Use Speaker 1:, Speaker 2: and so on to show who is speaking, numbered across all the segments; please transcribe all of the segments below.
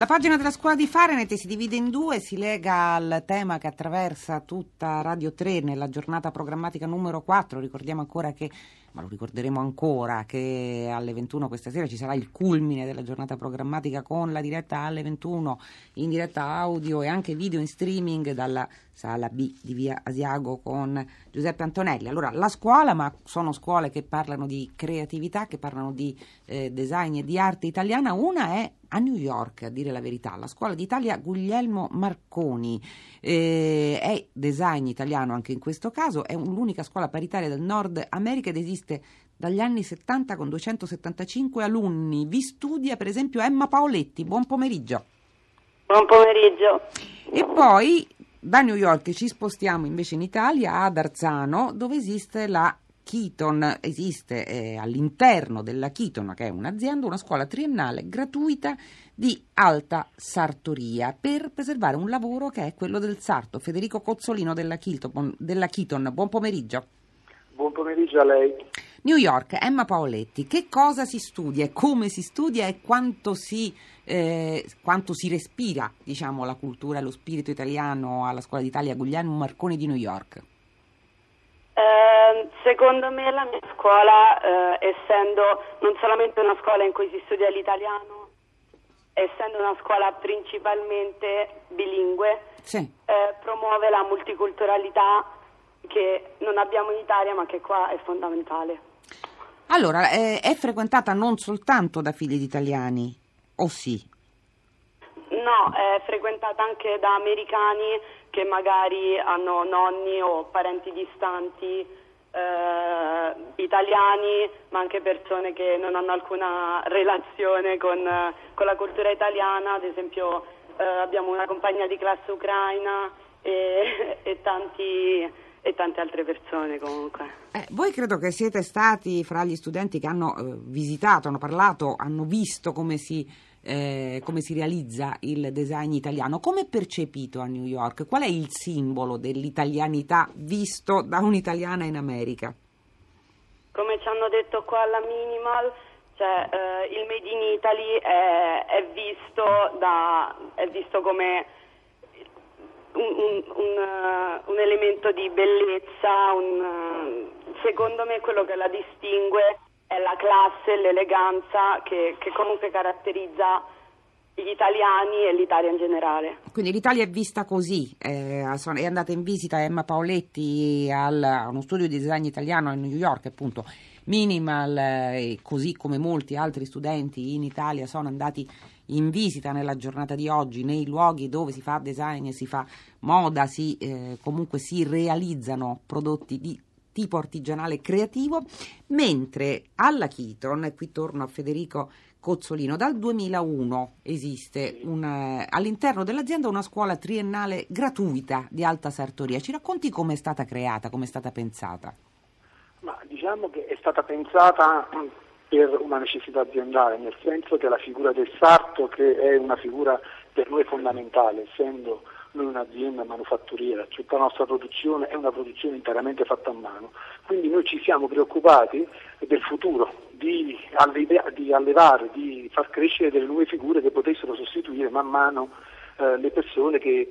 Speaker 1: La pagina della scuola di Fahrenheit si divide in due, si lega al tema che attraversa tutta Radio 3 nella giornata programmatica numero 4. Ricordiamo ancora che, ma lo ricorderemo ancora, che alle 21 questa sera ci sarà il culmine della giornata programmatica con la diretta alle 21 in diretta audio e anche video in streaming dalla Sala B di Via Asiago con Giuseppe Antonelli. Allora, la scuola, ma sono scuole che parlano di creatività, che parlano di design e di arte italiana. Una è a New York, a dire la verità, la scuola d'Italia Guglielmo Marconi, è design italiano anche in questo caso, è l'unica scuola paritaria del Nord America ed esiste dagli anni 70 con 275 alunni. Vi studia per esempio Emma Paoletti, buon pomeriggio.
Speaker 2: Buon pomeriggio.
Speaker 1: E poi da New York ci spostiamo invece in Italia, ad Arzano, dove esiste la Keaton, esiste all'interno della Keaton, che è un'azienda, una scuola triennale gratuita di alta sartoria per preservare un lavoro che è quello del sarto. Federico Cozzolino della Keaton, buon pomeriggio.
Speaker 3: Buon pomeriggio a lei.
Speaker 1: New York, Emma Paoletti, che cosa si studia e come si studia e quanto si respira, diciamo, la cultura e lo spirito italiano alla scuola d'Italia Guglielmo Marconi di New York?
Speaker 2: Secondo me la mia scuola, essendo non solamente una scuola in cui si studia l'italiano, essendo una scuola principalmente bilingue,
Speaker 1: sì,
Speaker 2: promuove la multiculturalità che non abbiamo in Italia ma che qua è fondamentale.
Speaker 1: Allora, è frequentata non soltanto da figli di italiani, o sì?
Speaker 2: No, è frequentata anche da americani che magari hanno nonni o parenti distanti italiani, ma anche persone che non hanno alcuna relazione con la cultura italiana. Ad esempio abbiamo una compagna di classe ucraina e tante altre persone comunque.
Speaker 1: Voi credo che siete stati fra gli studenti che hanno visitato, hanno parlato, hanno visto come si realizza il design italiano. Come è percepito a New York? Qual è il simbolo dell'italianità visto da un'italiana in America?
Speaker 2: Come ci hanno detto qua alla Minimal, cioè, il Made in Italy è visto come un elemento di bellezza. Secondo me quello che la distingue è la classe, l'eleganza che comunque caratterizza gli italiani e l'Italia in generale. Quindi
Speaker 1: l'Italia è vista così. È andata in visita Emma Paoletti a uno studio di design italiano a New York, appunto Minimal, così come molti altri studenti in Italia sono andati in visita nella giornata di oggi nei luoghi dove si fa design, si fa moda, comunque si realizzano prodotti di tipo artigianale creativo, mentre alla Keaton, e qui torno a Federico Cozzolino, dal 2001 esiste all'interno dell'azienda una scuola triennale gratuita di alta sartoria. Ci racconti come è stata creata, come è stata pensata?
Speaker 3: Ma diciamo che è stata pensata per una necessità aziendale, nel senso che la figura del sarto, che è una figura per noi fondamentale, essendo noi un'azienda manufatturiera, tutta la nostra produzione è una produzione interamente fatta a mano, quindi noi ci siamo preoccupati del futuro, di allevare, di far crescere delle nuove figure che potessero sostituire man mano le persone che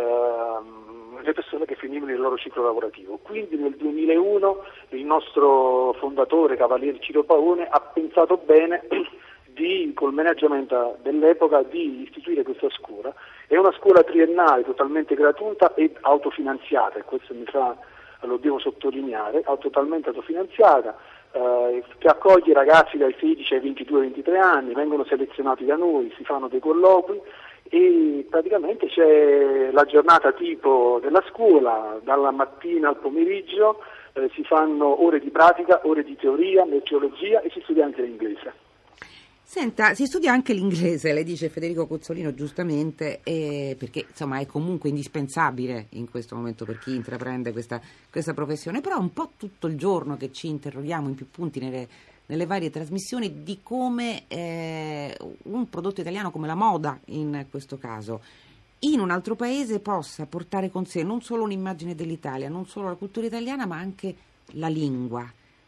Speaker 3: finivano il loro ciclo lavorativo. Quindi nel 2001 il nostro fondatore, Cavaliere Ciro Paone, ha pensato bene col management dell'epoca di istituire questa scuola. È una scuola triennale totalmente gratuita e autofinanziata, e questo lo devo sottolineare, totalmente autofinanziata, che accoglie ragazzi dai 16 ai 22-23 anni, vengono selezionati da noi, si fanno dei colloqui e praticamente c'è la giornata tipo della scuola, dalla mattina al pomeriggio, si fanno ore di pratica, ore di teoria, meteorologia e si studia anche l'inglese.
Speaker 1: Senta, si studia anche l'inglese, le dice Federico Cozzolino giustamente, perché insomma è comunque indispensabile in questo momento per chi intraprende questa professione, però è un po' tutto il giorno che ci interroghiamo in più punti nelle varie trasmissioni di come un prodotto italiano come la moda in questo caso in un altro paese possa portare con sé non solo un'immagine dell'Italia, non solo la cultura italiana, ma anche la lingua.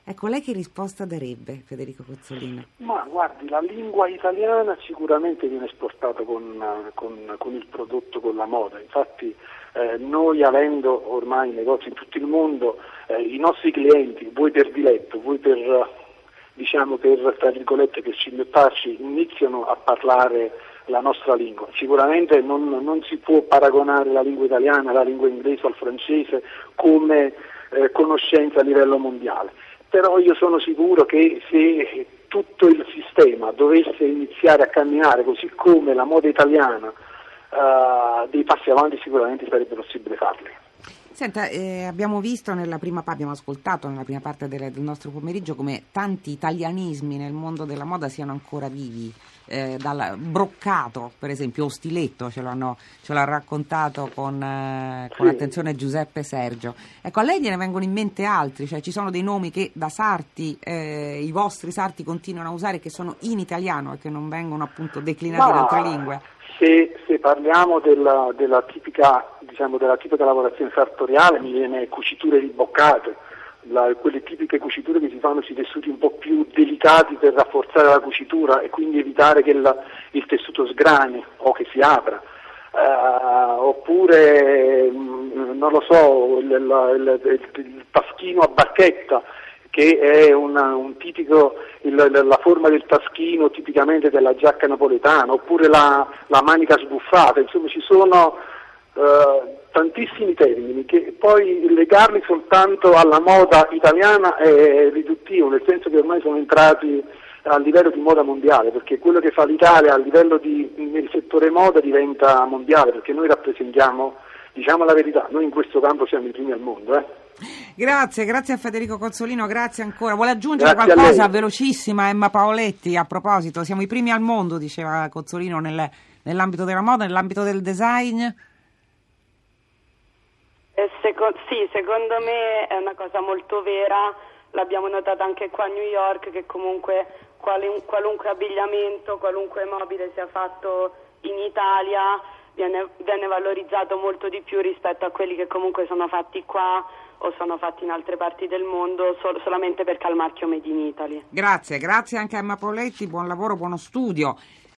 Speaker 1: Ecco, lei che risposta darebbe, Federico Cozzolino?
Speaker 3: Ma guardi, la lingua italiana sicuramente viene esportata con il prodotto, con la moda. Infatti noi, avendo ormai negozi in tutto il mondo, i nostri clienti, vuoi per diletto, vuoi per tra virgolette per scimmiottaci, iniziano a parlare la nostra lingua. Sicuramente non si può paragonare la lingua italiana alla lingua inglese o al francese come conoscenza a livello mondiale. Però io sono sicuro che se tutto il sistema dovesse iniziare a camminare così come la moda italiana, dei passi avanti sicuramente sarebbe possibile farli.
Speaker 1: Senta, abbiamo ascoltato nella prima parte del nostro pomeriggio come tanti italianismi nel mondo della moda siano ancora vivi. Dal broccato, per esempio, o stiletto, ce l'ha raccontato con attenzione Giuseppe Sergio. Ecco, a lei gliene vengono in mente altri, cioè ci sono dei nomi che da sarti, i vostri sarti continuano a usare, che sono in italiano e che non vengono appunto declinati in altre lingue?
Speaker 3: Se parliamo della tipica lavorazione sartoriale, mi viene cuciture riboccate, quelle tipiche cuciture che si fanno sui tessuti un po' più delicati per rafforzare la cucitura e quindi evitare che il tessuto sgrani o che si apra, oppure non lo so, il taschino a barchetta, che è un tipico, la forma del taschino tipicamente della giacca napoletana, oppure la manica sbuffata. Insomma, ci sono tantissimi termini che poi legarli soltanto alla moda italiana è riduttivo, nel senso che ormai sono entrati a livello di moda mondiale, perché quello che fa l'Italia a livello nel settore moda diventa mondiale, perché noi rappresentiamo, diciamo la verità, noi in questo campo siamo i primi al mondo.
Speaker 1: Grazie a Federico Cozzolino, grazie ancora. Vuole aggiungere qualcosa velocissima Emma Paoletti? A proposito, siamo i primi al mondo, diceva Cozzolino, nell'ambito della moda, nell'ambito del design.
Speaker 2: Sì, secondo me è una cosa molto vera, l'abbiamo notata anche qua a New York, che comunque qualunque abbigliamento, qualunque mobile sia fatto in Italia viene valorizzato molto di più rispetto a quelli che comunque sono fatti qua o sono fatti in altre parti del mondo solamente perché ha il marchio Made in Italy.
Speaker 1: Grazie anche a Emma Poletti, buon lavoro, buono studio.